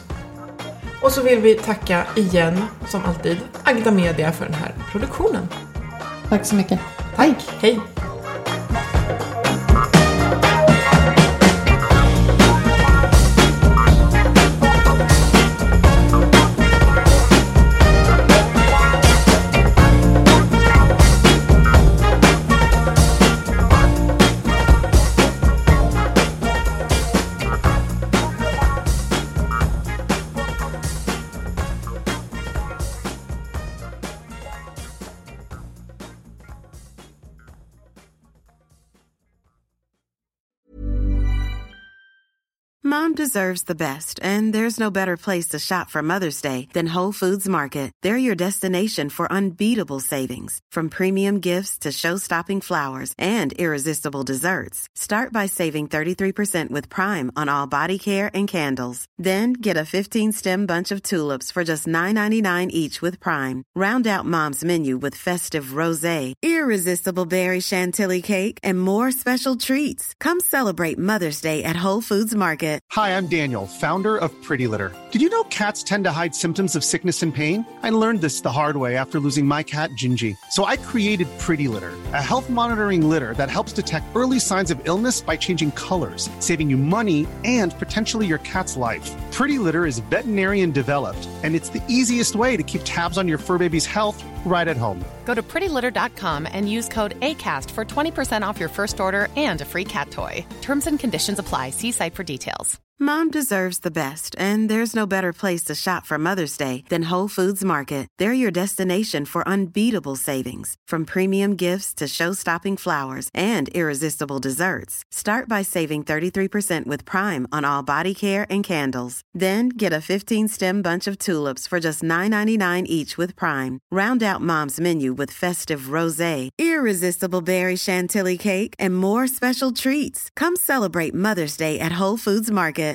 [SPEAKER 6] Och så vill vi tacka igen, som alltid, Agda Media för den här produktionen.
[SPEAKER 5] Tack så mycket.
[SPEAKER 6] Tack. Hej.
[SPEAKER 8] Mom deserves the best, and there's no better place to shop for Mother's Day than Whole Foods Market. They're your destination for unbeatable savings, from premium gifts to show-stopping flowers and irresistible desserts. Start by saving thirty-three percent with Prime on all body care and candles. Then get a fifteen-stem bunch of tulips for just nine ninety-nine each with Prime. Round out Mom's menu with festive rosé, irresistible berry chantilly cake, and more special treats. Come celebrate Mother's Day at Whole Foods Market.
[SPEAKER 9] Hi, I'm Daniel, founder of Pretty Litter. Did you know cats tend to hide symptoms of sickness and pain? I learned this the hard way after losing my cat, Gingy. So I created Pretty Litter, a health monitoring litter that helps detect early signs of illness by changing colors, saving you money and potentially your cat's life. Pretty Litter is veterinarian developed, and it's the easiest way to keep tabs on your fur baby's health right at home.
[SPEAKER 10] Go to pretty litter dot com and use code ACAST for twenty percent off your first order and a free cat toy. Terms and conditions apply. See site for details.
[SPEAKER 8] Mom deserves the best, and there's no better place to shop for Mother's Day than Whole Foods Market. They're your destination for unbeatable savings, from premium gifts to show-stopping flowers and irresistible desserts. Start by saving thirty-three percent with Prime on all body care and candles. Then get a fifteen-stem bunch of tulips for just nine ninety-nine each with Prime. Round out Mom's menu with festive rosé, irresistible berry chantilly cake, and more special treats. Come celebrate Mother's Day at Whole Foods Market.